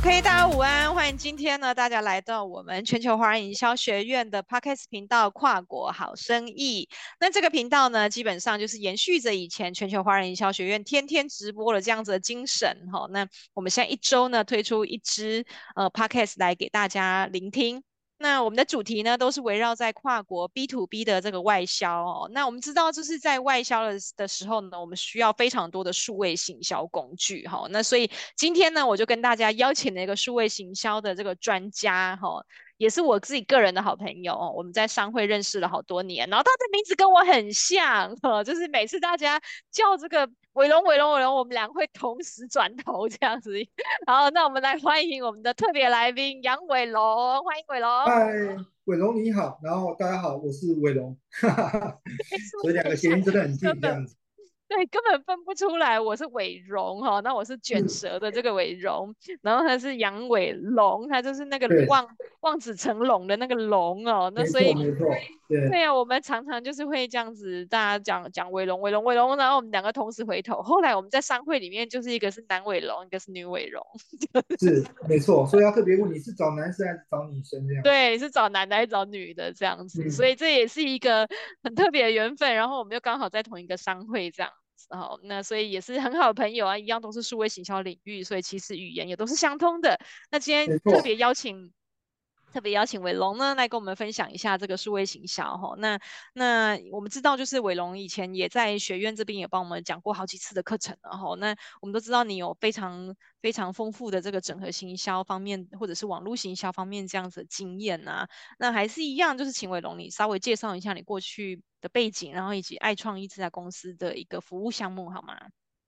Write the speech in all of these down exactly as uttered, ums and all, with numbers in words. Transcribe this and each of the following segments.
OK，大家午安，欢迎今天呢大家来到我们全球华人营销学院的 Podcast 频道跨国好生意。那这个频道呢，基本上就是延续着以前全球华人营销学院天天直播的这样子的精神哈。那我们现在一周呢推出一支呃 Podcast 来给大家聆听。那我们的主题呢，都是围绕在跨国 B to B 的这个外销哦。那我们知道，就是在外销的的时候呢，我们需要非常多的数位行销工具哈。那所以今天呢，我就跟大家邀请了一个数位行销的这个专家哈，也是我自己个人的好朋友哦。我们在商会认识了好多年，然后他的名字跟我很像哈，就是每次大家叫这个伟龙、伟龙、伟龙，我们两个会同时转头这样子。好，那我们来欢迎我们的特别来宾杨伟龙，欢迎伟龙。 嗨，伟龙你好，然后大家好，我是伟龙，哈哈哈， 哎，是不所以两个谐是很像？ 音真的很近，这根本样子。 对，根本分不出来我是伟荣哈，那我是卷是， 舌的这个伟荣，然后他是杨伟龙，他就是那个对， 望望子成龙的那个龙哦，那没所以错没错，对， 对呀，我们常常就是会这样子，大家讲讲伟龙伟龙伟龙，然后我们两个同时回头，后来我们在商会里面就是一个是男伟龙，一个是女伟荣， 是没错，所以要特别问你是找男生还是找女生这样子。 对，是找男的还是找女的这样子，所嗯， 以这也是一个很特别的缘分。然后我们又刚好在同一个商会这样子，哦，那所以也是很好的朋友啊，一样都是数位行销领域，所以其实语言也都是相通的。那今天没错。 特别邀请。特别邀请伟龙呢来跟我们分享一下这个数位行销哈。那那我们知道，就是伟龙以前也在学院这边也帮我们讲过好几次的课程了哈。那我们都知道你有非常非常丰富的这个整合行销方面，或者是网络行销方面这样子的经验啊。那还是一样，就是请伟龙你稍微介绍一下你过去的背景，然后以及爱创意这家公司的一个服务项目好吗？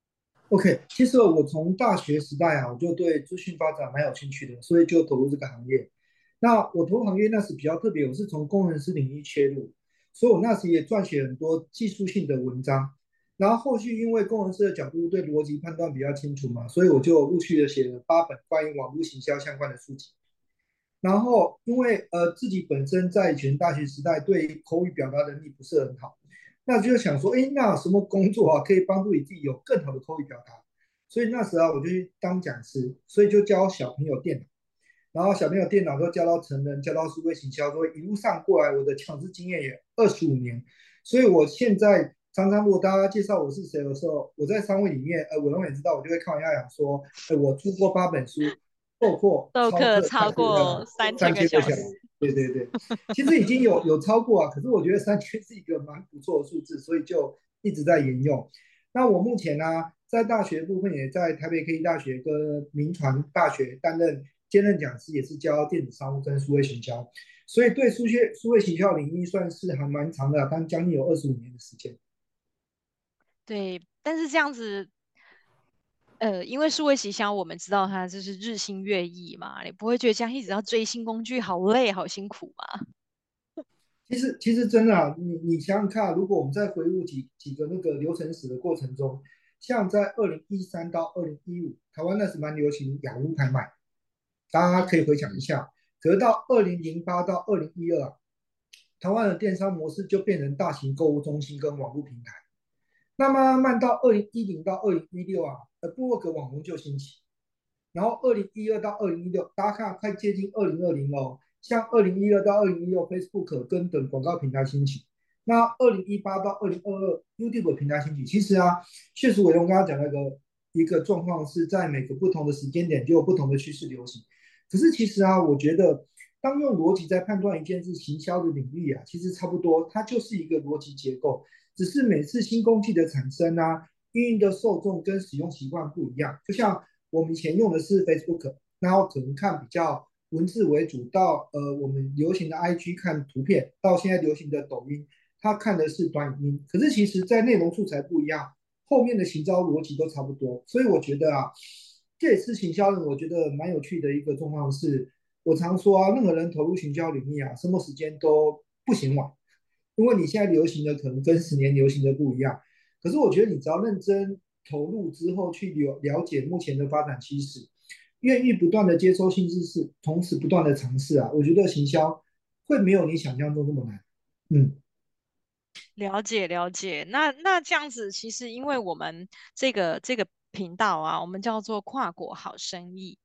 OK，其实我从大学时代啊，我就对资讯发展蛮有兴趣的，所以就投入这个行业。那我投入行业那时比较特别，我是从工程师领域切入，所以我那时也撰写很多技术性的文章。然后后续因为工程师的角度对逻辑判断比较清楚嘛，所以我就陆续的写了八本关于网络行销相关的书籍。然后因为呃自己本身在以前大学时代对口语表达能力不是很好，那就想说，哎，那什么工作啊可以帮助你自己有更好的口语表达？所以那时候我就去当讲师，所以就教小朋友电脑，然后小朋友电脑都教到成人，教到数位行销，所以一路上过来，我的讲师经验也二十五年，所以我现在常常如果大家介绍我是谁的时候，我在商会里面，呃，我永远知道，我就会开玩笑讲说，呃，我出过八本书，授课授超课超课三千过三个千个三千个小时， 小时。 对对对，其实已经有有超过啊，可是我觉得三千是一个蛮不错的数字，所以就一直在沿用。那我目前呢，在大学部分也在台北科技大学跟民传大学担任兼任讲师，也是教电子商务跟数位行销，所以对数学数位行销领域算是还蛮长的，但将近有二十五年的时间。 对，但是这样子呃，因为数位行销，我们知道它就是日新月异嘛，你不会觉得这样一直要追新工具好累好辛苦吗？ 其实其实真的啊，你你想想看，如果我们再回顾几几个那个流程史的过程中，像在二零一三到二零一五，台湾那时蛮流行雅虎拍卖，大家可以嗯， 回想一下。可是到二零零八到二零一二啊，台湾的电商模式就变成大型购物中心跟网络平台。那么慢慢到二零一零到二零一六啊，呃，部落格网红就兴起。然后二零一二到二零一六，大家看快接近二零二零哦。像二零一二到二零一六，Facebook 跟等广告平台兴起。那二零一八到二零二二，YouTube 平台兴起。其实啊，确实我用刚刚讲那个一个状况是在每个不同的时间点就有不同的趋势流行。可是其实啊，我觉得当用逻辑在判断一件事行销的领域啊，其实差不多，它就是一个逻辑结构，只是每次新工具的产生啊，运营的受众跟使用习惯不一样。就像我们以前用的是 Facebook，然后可能看比较文字为主，到呃我们流行的 I G 看图片，到现在流行的抖音，它看的是短影音。可是其实在内容素材不一样，后面的行销逻辑都差不多。所以我觉得啊，这也是行销人我觉得蛮有趣的一个状况是，我常说啊，任何人投入行销领域啊，什么时间都不嫌晚，因为你现在流行的可能跟十年流行的不一样。可是我觉得你只要认真投入之后去了了解目前的发展趋势，愿意不断的接收新知识，同时不断的尝试啊，我觉得行销会没有你想象中那么难。嗯。 了解了解。那那这样子，其实因为我们这个这个频道啊，我们叫做跨国好生意。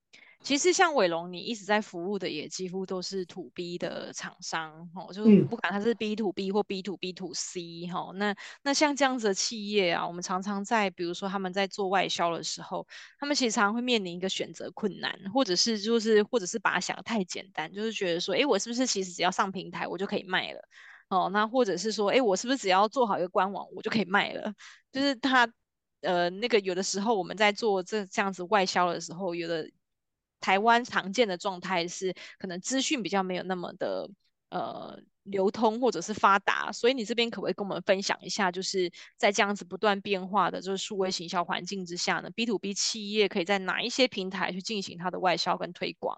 其实像伟龙，你一直在服务的也几乎都是 to B 的厂商，哦，就嗯不管它是 B to B 或 B to B to C，哈，那那像这样子的企业啊，我们常常在比如说他们在做外销的时候，他们其实常常会面临一个选择困难，或者是就是或者是把它想的太简单，就是觉得说，诶，我是不是其实只要上平台我就可以卖了？哦，那或者是说，诶，我是不是只要做好一个官网我就可以卖了？就是他呃那个有的时候我们在做这这样子外销的时候，有的台湾常见的状态是可能资讯比较没有那么的呃流通或者是发达，所以你这边可不可以跟我们分享一下，就是在这样子不断变化的就是数位行销环境之下呢，B to B 企业可以在哪一些平台去进行它的外销跟推广？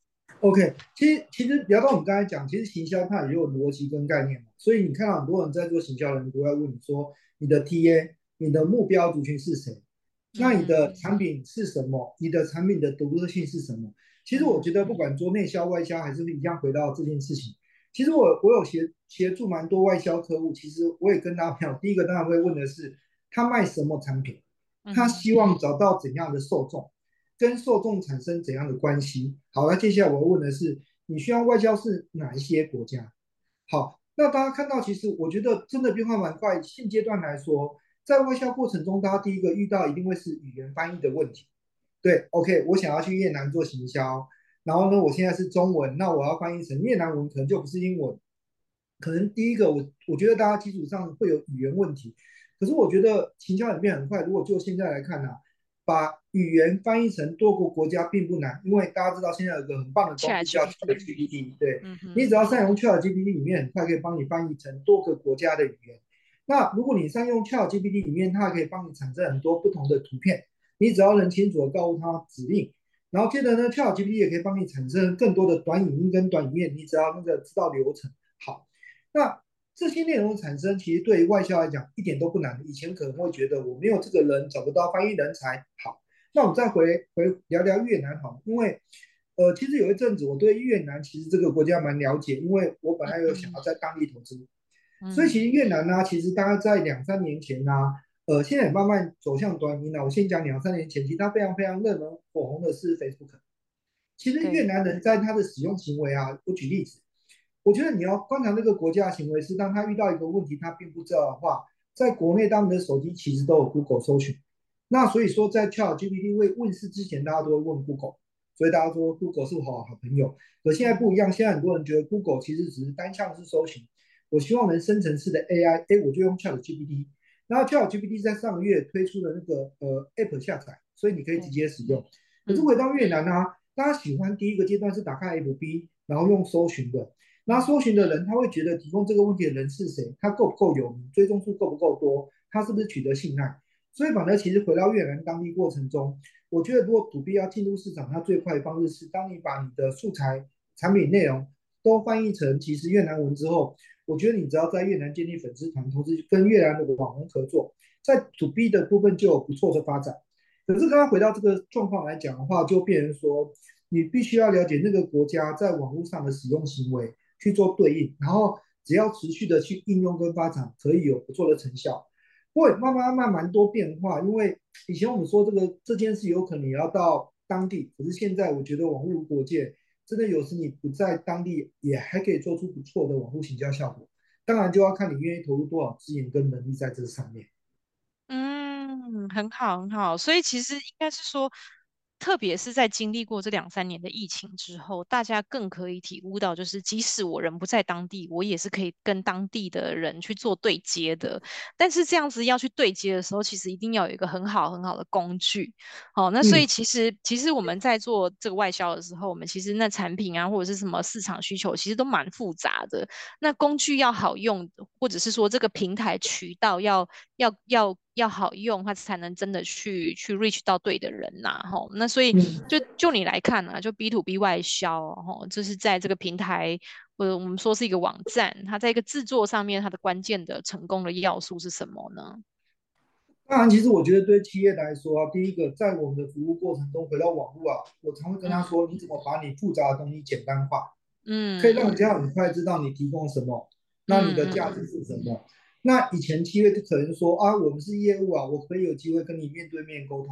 ，OK，其实其实聊到我们刚才讲，其实行销它也有逻辑跟概念嘛，所以你看到很多人在做行销的人都在问你说，你的 T A，你的目标族群是谁？那你嗯哼， 的产品是什么？你的产品的独特性是什么？其实嗯哼， 我觉得不管做内销外销，还是一样回到这件事情。其实我我有协协助蛮多外销客户，其实我也跟他朋友，第一个当然会问的是他卖什么产品，他嗯哼， 希望找到怎样的受众，跟受众产生怎样的关系。好，那接下来我要问的是，你需要外销是哪一些国家？好，那大家看到，其实我觉得真的变化蛮快。现阶段来说，在外销过程中，大家第一个遇到一定会是语言翻译的问题。对，OK，我想要去越南做行销，然后呢，我现在是中文，那我要翻译成越南文，可能就不是英文。可能第一个，我我觉得大家基础上会有语言问题，可是我觉得行销演变很快。如果就现在来看呢、啊，把语言翻译成多个国家并不难，因为大家知道现在有个很棒的工具叫 ChatGPT， ChatGPT，对， 嗯哼， 你只要善用 ChatGPT 里面，很快可以帮你翻译成多个国家的语言。那如果你善用 ChatGPT 里面，它还可以帮你产生很多不同的图片，你只要能清楚的告诉它指令，然后接着呢，ChatGPT 也可以帮你产生更多的短影音跟短影片，你只要那个知道流程。好，那这些内容的产生，其实对于外销来讲一点都不难。以前可能会觉得我没有这个人，找不到翻译人才。好，那我们再回回聊聊越南好，因为呃，其实有一阵子我对越南其实这个国家蛮了解，因为我本来有想嗯要在当地投资，所以其嗯， 实越南呢、其实大概在两三年前呢、呃，现在也慢慢走向短音了。我先讲两三年前，其实它非常非常热门火红的是 Facebook。其实越对， 南人在他的使用行为啊，我举例子，我觉得你要观察那个国家的行为是，当他遇到一个问题他并不知道的话，在国内他们的手机其实都有 Google 搜寻。那所以说，在 ChatGPT 未问世之前，大家都会问 Google，所以大家说 Google 是我好好朋友。可现在不一样，现在很多人觉得 Google 其实只是单向式搜寻，我希望能深层次的 A I，哎，我就用 ChatGPT。然后 ChatGPT 在上个月推出了那个呃 App 下载，所以你可以直对， 接使用。可是嗯回到越南呢、啊，大家喜欢第一个阶段是打开 F B，然后用搜寻的。那嗯搜寻的人他会觉得提供这个问题的人是谁，他够不够有名，追踪数够不够多，他是不是取得信赖。所以反而其实回到越南当地过程中，我觉得如果土 B 要进入市场，它最快的方式是，当你把你的素材、产品内容都翻译成其实越南文之后，我觉得你只要在越南建立粉丝团，同时跟越南的网红合作，在土 B 的部分就有不错的发展。可是刚刚回到这个状况来讲的话，就变成说，你必须要了解那个国家在网络上的使用行为，去做对应，然后只要持续的去应用跟发展，可以有不错的成效。会慢慢慢蛮多变化，因为以前我们说这个这件事有可能也要到当地，可是现在我觉得网络国界真的有时你不在当地，也还可以做出不错的网络行销效果。当然就要看你愿意投入多少资源跟能力在这上面。 嗯，很好很好，所以其实应该是说，特别是在经历过这两三年的疫情之后，大家更可以体悟到，就是即使我人不在当地，我也是可以跟当地的人去做对接的。但是这样子要去对接的时候，其实一定要有一个很好很好的工具。好，那所以嗯其实其实我们在做这个外销的时候，我们其实那产品啊或者是什么市场需求，其实都蛮复杂的。那工具要好用，或者是说这个平台渠道要要要要好用，它才能真的去去 reach 到对的人呐、吼，那所以嗯。 就就你来看啊，就 B to B 外销，吼，就是在这个平台，或者我们说是一个网站，它在一个制作上面，它的关键的成功的要素是什么呢？ 当然，其实我觉得对企业来说啊，第一个在我们的服务过程中，回到网络啊，我常会跟他嗯说，你怎么把你复杂的东西简单化，可以让人嗯家很快知道你提供什么，那你的嗯嗯价值是什么。那以前企业就可能说啊，我们是业务啊，我可以有机会跟你面对面沟通。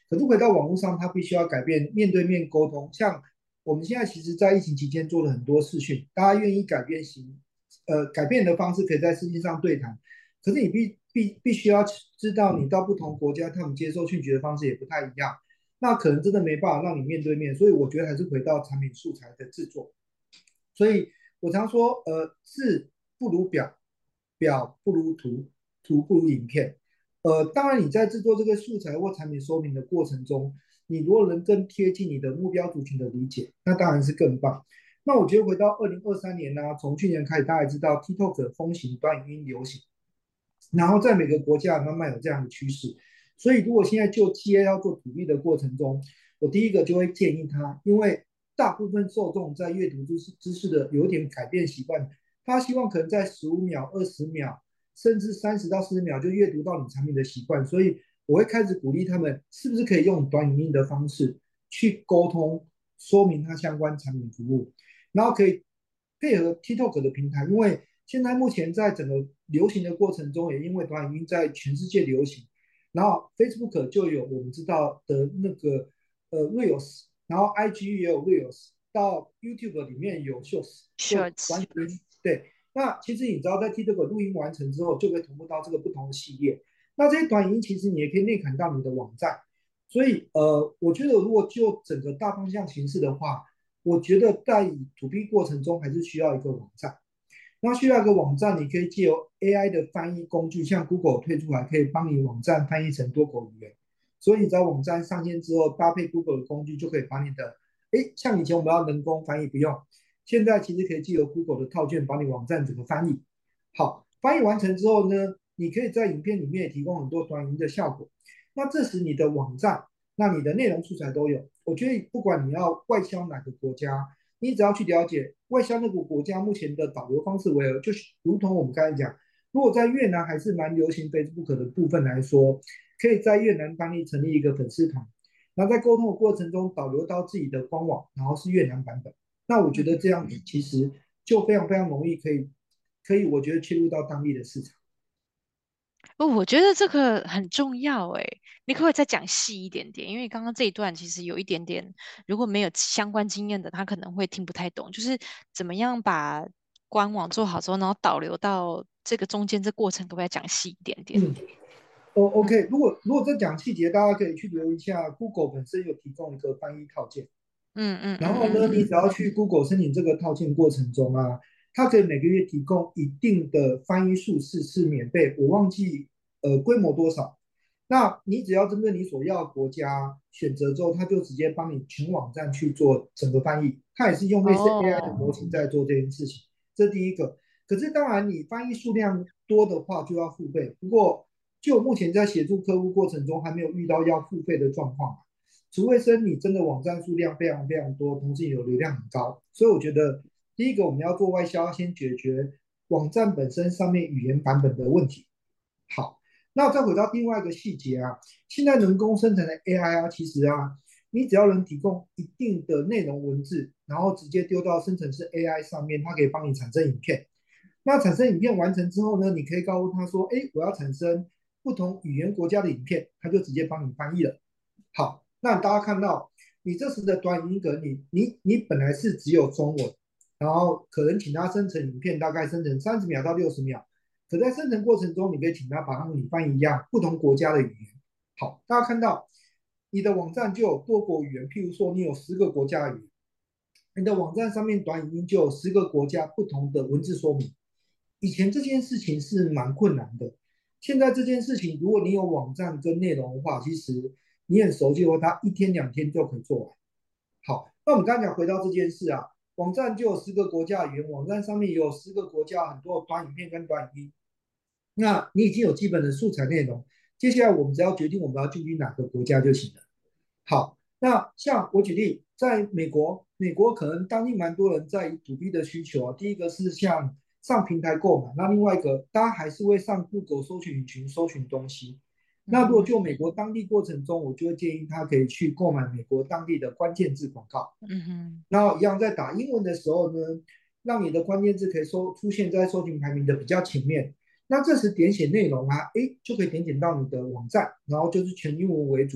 可是回到网络上，它必须要改变面对面沟通。像我们现在其实，在疫情期间做了很多视讯，大家愿意改变形，呃，改变的方式可以在视讯上对谈。可是你必必必须要知道，你到不同国家，他们接受讯息的方式也不太一样，那可能真的没办法让你面对面。所以我觉得还是回到产品素材的制作。所以我常说，呃，字不如表，表不如图，图不如影片。呃，当然你在制作这个素材或产品说明的过程中，你如果能更贴近你的目标族群的理解，那当然是更棒。那我觉得回到二零二三年呢、啊，从去年开始，大家也知道 TikTok 风行，短影音流行，然后在每个国家慢慢有这样的趋势。所以如果现在就 T A 要做独立的过程中，我第一个就会建议他，因为大部分受众在阅读知识知识的有点改变习惯，他希望可能在十五秒、二十秒，甚至三十到四十秒就阅读到你产品的习惯，所以我会开始鼓励他们，是不是可以用短影音的方式去沟通，说明它相关产品服务，然后可以配合 TikTok 的平台，因为现在目前在整个流行的过程中，也因为短影音在全世界流行，然后 Facebook 就有我们知道的那个呃 Reels，然后 I G 也有 Reels，到 YouTube 里面有 Shorts，就短 Shorts。 影音。对，那其实你知道，在 TikTok 录音完成之后，就可以同步到这个不同的系列。那这些短影音其实你也可以内涵到你的网站。所以呃，我觉得如果就整个大方向形式的话，我觉得在 To B 过程中还是需要一个网站。那需要一个网站，你可以借由 A I 的翻译工具，像 Google 推出来，可以帮你网站翻译成多国语言。所以你在网站上线之后，搭配 Google 的工具，就可以把你的，诶，像以前我们要人工翻译不用，现在其实可以借由 Google 的套件把你网站整个翻译。好，翻译完成之后呢，你可以在影片里面也提供很多短音的效果。那这时你的网站，那你的内容素材都有。我觉得不管你要外销哪个国家，你只要去了解外销那个国家目前的导流方式为何，就是如同我们刚才讲，如果在越南还是蛮流行 Facebook 的部分来说，可以在越南当地成立一个粉丝团，然后在沟通的过程中导流到自己的官网，然后是越南版本。那我觉得这样其实就非常非常容易可以可以，我觉得切入到当地的市场。 哦，我觉得这个很重要诶，你可不可以再讲细一点点？因为刚刚这一段其实有一点点，如果没有相关经验的，他可能会听不太懂。就是怎么样把官网做好之后，然后导流到这个中间这过程，可不可以讲细一点点？ 嗯，哦嗯 ，OK，如果如果在讲细节，大家可以去留意一下，Google 本身有提供一个翻译套件。 嗯嗯然后呢， 嗯嗯你只要去 Google 申请这个套件过程中啊，它可以每个月提供一定的翻译数次是免费，我忘记呃规模多少。那你只要针对你所要的国家选择之后，它就直接帮你全网站去做整个翻译。它也是用类似 A I 的哦， 模型在做这件事情，这第一个。可是当然，你翻译数量多的话就要付费。不过就目前在协助客户过程中，还没有遇到要付费的状况。除非是你真的网站数量非常非常多，同时有流量很高，所以我觉得第一个我们要做外销，先解决网站本身上面语言版本的问题。好，那再回到另外一个细节啊，现在人工生成的 A I 啊，其实啊，你只要能提供一定的内容文字，然后直接丢到生成式 A I 上面，它可以帮你产生影片。那产生影片完成之后呢，你可以告诉他说，哎，我要产生不同语言国家的影片，他就直接帮你翻译了。好，那大家看到你这时的短语音格，你你你本来是只有中文，然后可能请他生成影片，大概生成三十秒到六十秒，可在生成过程中，你可以请他把它跟你翻译一样不同国家的语言。好，大家看到你的网站就有多国语言，譬如说你有十个国家的语言，你的网站上面短语音就有十个国家不同的文字说明。以前这件事情是蛮困难的，现在这件事情，如果你有网站跟内容的话，其实你很熟悉的话，它一天两天就可以做完。好，那我们刚才讲回到这件事啊，网站就有十个国家语言，网站上面也有十个国家很多短影片跟短影音，那你已经有基本的素材内容，接下来我们只要决定我们要进军哪个国家就行了。好，那像我举例，在美国，美国可能当地蛮多人在 to B 的需求啊。第一个是像上平台购买，那另外一个大家还是会上 Google 搜寻引擎搜寻东西。那如果就嗯美国当地过程中，我就会建议他可以去购买美国当地的关键字广告。 嗯哼， 那一样在打英文的时候呢，让你的关键字可以搜出现在搜寻排名的比较前面。那这时点写内容啊，诶，就可以点选到你的网站，然后就是全英文为主。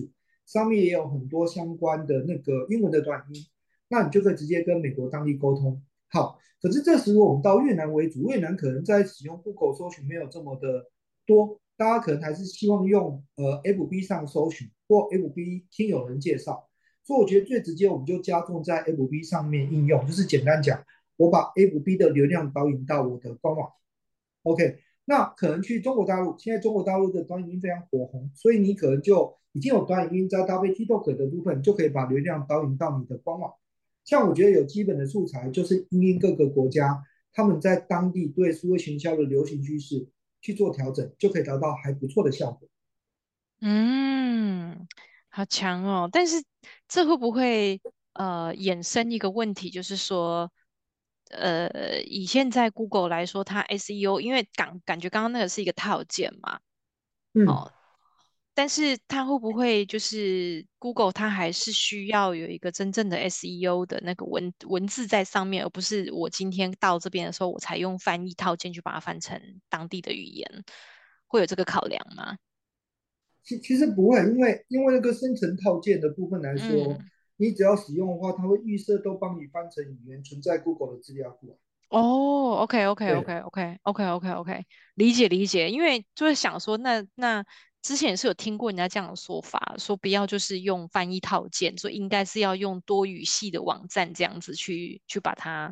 上面也有很多相关的那个英文的短音，那你就可以直接跟美国当地沟通。好，可是这时候我们到越南为主，越南可能在使用 Google 搜寻没有这么的多，大家可能还是希望用呃 F B 上搜寻或 F B 听有人介绍，所以我觉得最直接我们就加重在 F B 上面应用，就是简单讲，我把 F B 的流量导引到我的官网。OK，那可能去中国大陆，现在中国大陆的短影音非常火红，所以你可能就已经有短影音，再搭配 TikTok 的部分，就可以把流量导引到你的官网。像我觉得有基本的素材，就是因应各个国家他们在当地对数位行销的流行趋势去做调整，就可以达到还不错的效果。 嗯，好强哦！但是这会不会呃衍生一个问题，就是说，呃，以现在 Google 来说，它 S E O，因为感感觉刚刚那个是一个套件嘛， 嗯， 哦，但是它会不会就是 Google 它还是需要有一个真正的 S E O 的那个文文字在上面，而不是我今天到这边的时候我才用翻译套件去把它翻成当地的语言，会有这个考量吗？ 其其实不会，因为因为那个生成套件的部分来说， 嗯。 你只要使用的话，它会预设都帮你翻成语言，存在 Google 的资料库啊。 哦对， ，OK，OK，OK，OK，OK，OK，理解理解，因为就是想说那，那之前也是有听过人家这样的说法，说不要就是用翻译套件，说应该是要用多语系的网站这样子去去把它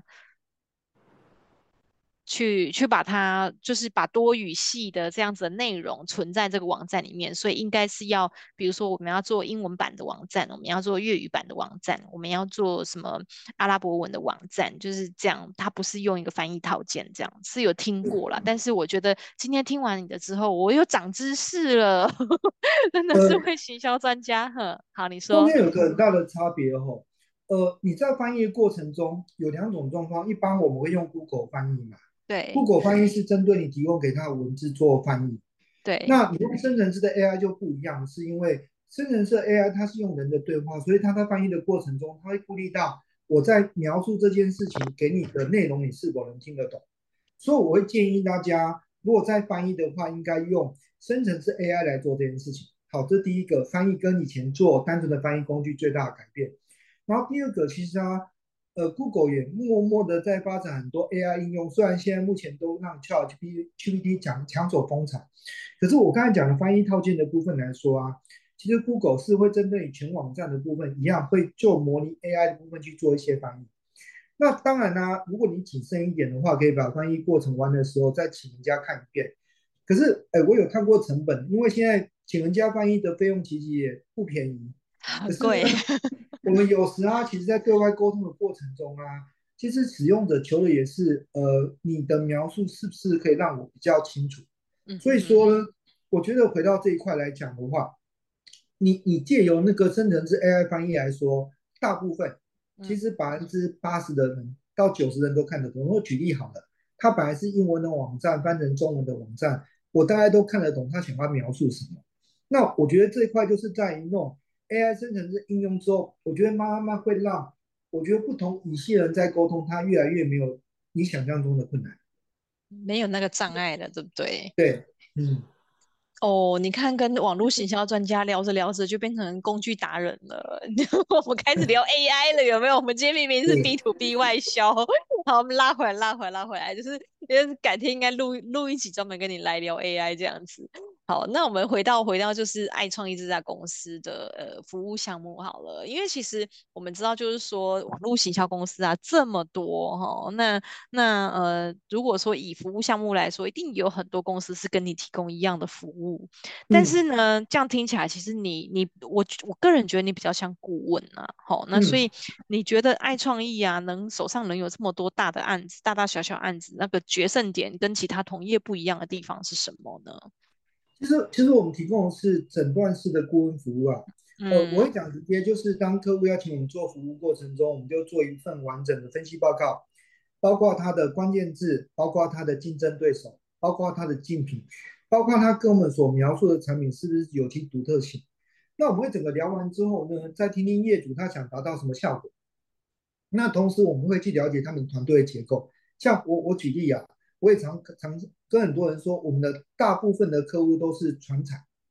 去去把它，就是把多语系的这样子的内容存在这个网站里面，所以应该是要，比如说我们要做英文版的网站，我们要做粤语版的网站，我们要做什么阿拉伯文的网站，就是这样，它不是用一个翻译套件这样，是有听过啦，但是我觉得今天听完你的之后，我又长知识了，真的是呃， 会行销专家呵。好，你说， 中间有个很大的差别哦。呃，你在翻译过程中有两种状况，一般我们会用 Google 翻译嘛对 ，Google 翻译是针对你提供给它的文字做翻译。 对。 那你用生成式的 A I 就不一样，是因为生成式的 A I 它是用人的对话，所以它在翻译的过程中，它会顾虑到我在描述这件事情给你的内容，你是否能听得懂。所以我会建议大家，如果在翻译的话，应该用生成式 A I 来做这件事情。好，这第一个，翻译跟以前做单纯的翻译工具最大的改变。然后第二个，其实它呃，Google 也默默的在发展很多 A I 应用，虽然现在目前都让 ChatGPT 抢抢走风采，可是我刚才讲的翻译套件的部分来说啊，其实 Google 是会针对你全网站的部分一样，会就模拟 A I 的部分去做一些翻译。那当然啦、如果你谨慎一点的话，可以把翻译过程完的时候再请人家看一遍。可是，哎，我有看过成本，因为现在请人家翻译的费用其实也不便宜。可是呢， 很贵。 我们有时啊，其实在对外沟通的过程中啊，其实使用者求的也是，呃，你的描述是不是可以让我比较清楚？ 嗯所以哼哼。 说呢，我觉得回到这一块来讲的话，你你借由那个生成式 A I 翻译来说，大部分其嗯。 实百分之八十的人到九十人都看得懂。我举例好了，它本来是英文的网站翻成中文的网站，我大概都看得懂他想要描述什么。那我觉得这一块就是在于那种 A I 生成式应用之后，我觉得慢慢会让我觉得不同语系的人在沟通，他越来越没有你想象中的困难。 没有那个障碍了，对不对？ 对，嗯， 哦，你看，跟网络行销专家聊着聊着就变成工具达人了。我们开始聊 A I 了，有没有？我们今天明明是 B 是， to B 外销，好，我们拉回来，拉回来，拉回来，就是因为改天应该录录一集专门跟你来聊 A I 这样子。好，那我们回到回到就是爱创意这家公司的呃服务项目好了，因为其实我们知道就是说网络行销公司啊这么多哈、那那呃如果说以服务项目来说，一定有很多公司是跟你提供一样的服务，但嗯是呢，这样听起来其实你你我我个人觉得你比较像顾问啊，好，那所嗯。 以你觉得爱创意啊能手上能有这么多大的案子，大大小小案子，那个决胜点跟其他同业不一样的地方是什么呢？ 其实，其实我们提供的是诊断式的顾问服务啊。呃，我会嗯。 讲直接，就是当客户邀请我们做服务过程中，我们就做一份完整的分析报告，包括它的关键字，包括它的竞争对手，包括它的竞品，包括它跟我们所描述的产品是不是有其独特性。那我们会整个聊完之后呢，再听听业主他想达到什么效果。那同时我们会去了解他们团队的结构。像我我举例啊，我也常常跟很多人说，我们的大部分的客户都是传产。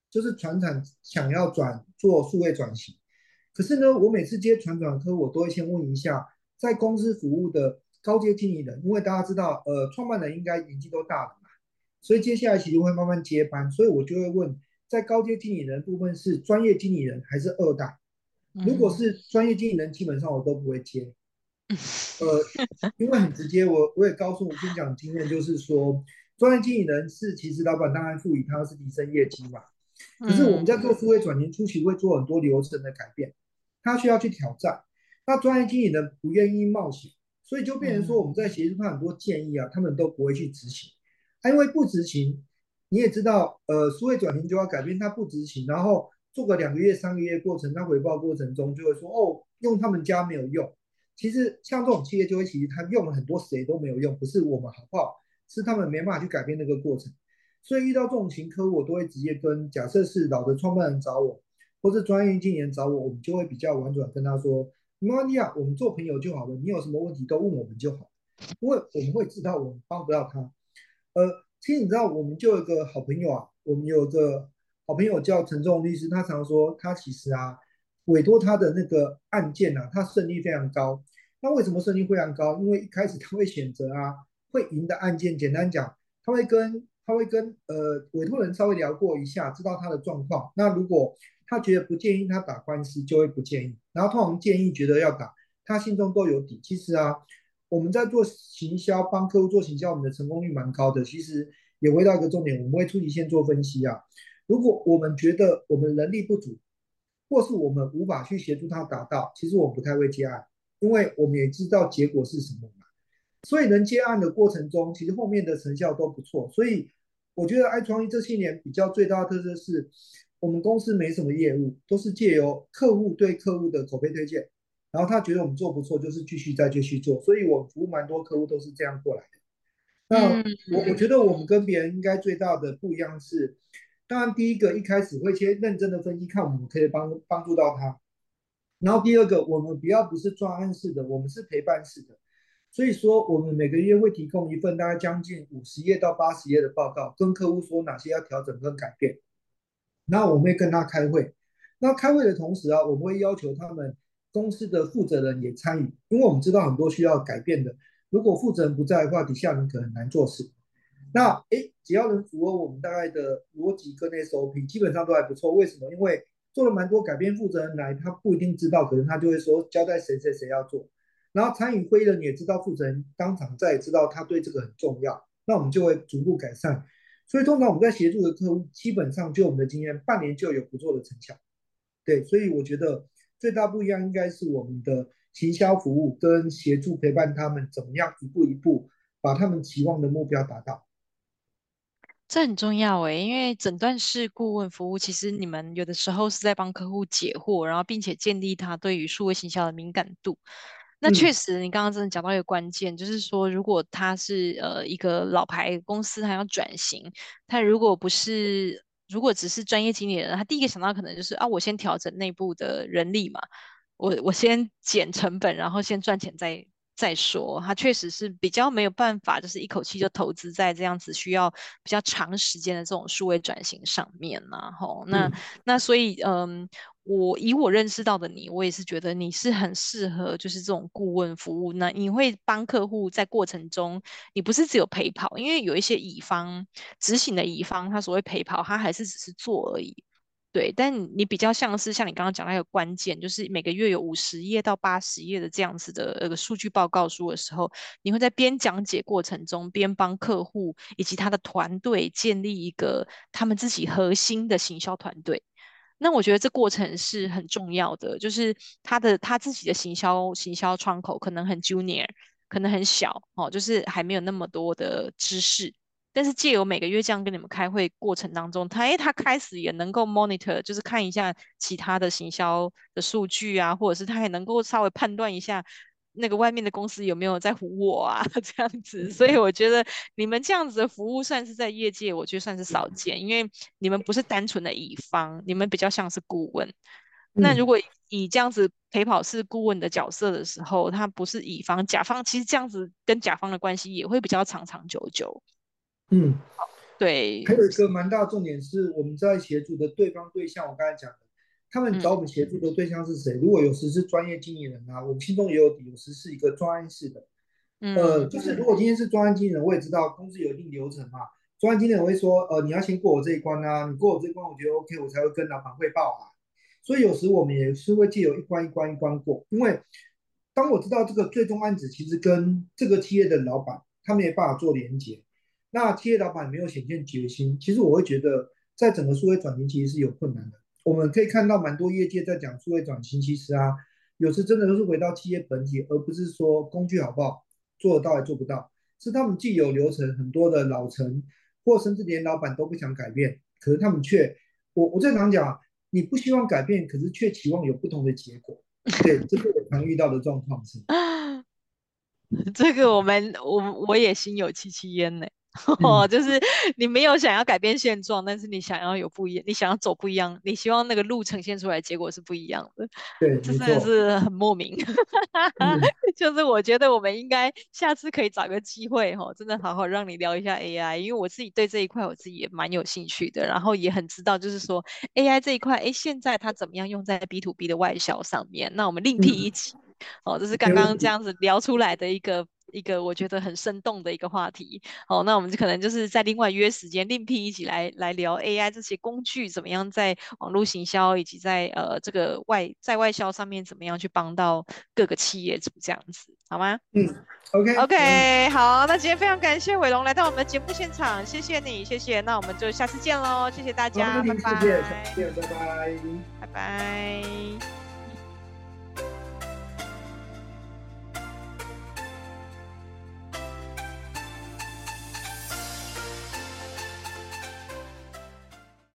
就是船厂想要转做数位转型。可是呢，我每次接船转客户，我都会先问一下在公司服务的高阶经理人，因为大家知道，呃，创办人应该年纪都大了嘛，所以接下来其实会慢慢接班，所以我就会问，在高阶经理人部分是专业经理人还是二代？如果嗯是专业经理人，基本上我都不会接。呃，因为很直接，我我也告诉我分享经验，就是说，专业经理人是其实老板当然赋予他是提升业绩嘛，可是我们嗯在做数位转型初期会做很多流程的改变，他需要去挑战，那专业经理人不愿意冒险，所以就变成说我嗯们在协助他很多建议啊，他们都不会去执行，啊，因为不执行，你也知道，呃，数位转型就要改变，他不执行，然后做个两个月、三个月过程，他回报过程中就会说，哦，用他们家没有用。其实像这种企业就会，其实他用了很多谁都没有用，不是我们好不好，是他们没办法去改变那个过程。所以遇到这种情客户，我都会直接跟，假设是老的创办人找我，或是专业经理人找我，我们就会比较婉转跟他说，没关系啊，我们做朋友就好了，你有什么问题都问我们就好，因为我们会知道我们帮不到他。呃，其实你知道，我们就有一个好朋友啊，我们有一个好朋友叫陈仲律师，他常说他其实啊，委托他的那个案件啊，他胜率非常高。那为什么胜率非常高？因为一开始他会选择啊，会赢的案件，简单讲，他会跟他会跟呃委托人稍微聊过一下，知道他的状况。那如果他觉得不建议他打官司，就会不建议。然后通常建议觉得要打，他心中都有底。其实啊，我们在做行销，帮客户做行销，我们的成功率蛮高的。其实也回到一个重点，我们会初期先做分析啊。如果我们觉得我们能力不足，或是我们无法去协助他达到，其实我们不太会接案，因为我们也知道结果是什么嘛。所以能接案的过程中，其实后面的成效都不错。所以我觉得爱创意这些年比较最大的特色是，我们公司没什么业务，都是借由客户对客户的口碑推荐，然后他觉得我们做不错，就是继续再继续做。所以我服务蛮多客户都是这样过来的。那嗯我我觉得我们跟别人应该最大的不一样是，当然第一个一开始会先认真的分析，看我们可以帮帮助到他。然后第二个，我们比较不是专案式的，我们是陪伴式的。所以说，我们每个月会提供一份大概将近五十页到八十页的报告，跟客户说哪些要调整跟改变。然后我们会跟他开会。那开会的同时啊，我们会要求他们公司的负责人也参与，因为我们知道很多需要改变的。如果负责人不在的话，底下人可能很难做事。那诶，只要能符合我们大概的逻辑跟 S O P，基本上都还不错。为什么？因为做了蛮多改变，负责人来他不一定知道，可能他就会说交代谁谁谁要做。然后参与会议的你也知道，负责人当场在，也知道他对这个很重要，那我们就会逐步改善。所以通常我们在协助的客户，基本上就我们的经验，半年就有不错的成效。对，所以我觉得最大不一样应该是我们的行销服务跟协助陪伴他们怎么样一步一步把他们期望的目标达到。 这很重要诶，因为诊断式顾问服务，其实你们有的时候是在帮客户解惑，然后并且建立他对于数位行销的敏感度。那确嗯实，你刚刚真的讲到一个关键，就是说，如果他是呃一个老牌公司，他要转型，他如果不是，如果只是专业经理人，他第一个想到可能就是啊，我先调整内部的人力嘛，我我先减成本，然后先赚钱再再说。他确实是比较没有办法，就是一口气就投资在这样子需要比较长时间的这种数位转型上面呐、吼，那嗯那所以嗯。我以我认识到的你，我也是觉得你是很适合就是这种顾问服务。那你会帮客户在过程中，你不是只有陪跑，因为有一些乙方执行的乙方，他所谓陪跑，他还是只是做而已。对，但你比较像是像你刚刚讲那个关键，就是每个月有五十页到八十页的这样子的那个数据报告书的时候，你会在边讲解过程中，边帮客户以及他的团队建立一个他们自己核心的行销团队。那我觉得这过程是很重要的，就是他的他自己的行销行销窗口可能很 junior，可能很小哦，就是还没有那么多的知识。但是借由每个月这样跟你们开会过程当中，他诶他开始也能够 monitor，就是看一下其他的行销的数据啊，或者是他也能够稍微判断一下那个外面的公司有没有在唬我啊，这样子。所以我觉得你们这样子的服务算是在业界，我觉得算是少见，因为你们不是单纯的乙方，你们比较像是顾问。那如嗯果以这样子陪跑式顾问的角色的时候，他不是乙方，甲方其实这样子跟甲方的关系也会比较长长久久。 嗯。 对， 还有一个蛮大的重点是，我们在协助的对方对象，我刚才讲的，他们找我嗯们协助的对象是谁？如果有时是专业经理人啊，我们心中也有底；有时是一个专案式的，呃， 嗯就是如果今天是专案经理人，我也知道公司有一定流程嘛。专案经理人会说，呃，你要先过我这一关啊，你过我这一关，我觉得 OK，我才会跟老板汇报啊。所以有时我们也是会借由一关一关一关过，因为当我知道这个最终案子其实跟这个企业的老板他没办法做连接，那企业老板没有显现决心，其实我会觉得在整个数位转型其实是有困难的。我们可以看到蛮多业界在讲数位转型，其实啊，有时真的都是回到企业本体，而不是说工具好不好，做得到还做不到，是他们既有流程很多的老成，或甚至连老板都不想改变，可是他们却，我我正常讲，你不希望改变，可是却期望有不同的结果。对，这是我常遇到的状况是， 这个我们我我也心有戚戚焉呢。哦， 嗯， 就是你没有想要改变现状，但是你想要有不一样，你想要走不一样，你希望那个路呈现出来的结果是不一样的， 对， 这真的没错， 是很莫名。 嗯就是我觉得我们应该下次可以找个机会哈，真的好好让你聊一下 A I，因为我自己对这一块我自己也蛮有兴趣的，然后也很知道就是说 A I 这一块，哎，现在它怎么样用在 B to B 的外销上面？那我们另辟一嗯， 集。哦，这是刚没问题， 刚这样子聊出来的一个一个我觉得很生动的一个话题。哦，那我们就可能就是在另外约时间另辟一起来来聊 A I 这些工具怎么样在网络行销以及在呃这个外在外销上面怎么样去帮到各个企业主这样子，好吗嗯，OK，没问题， ？OK，好，那今天非常感谢伟龙来到我们的节目现场，谢谢你，谢谢，那我们就下次见喽，谢谢大好，没家，拜问题，谢谢，下次拜， 见，拜拜。 拜拜。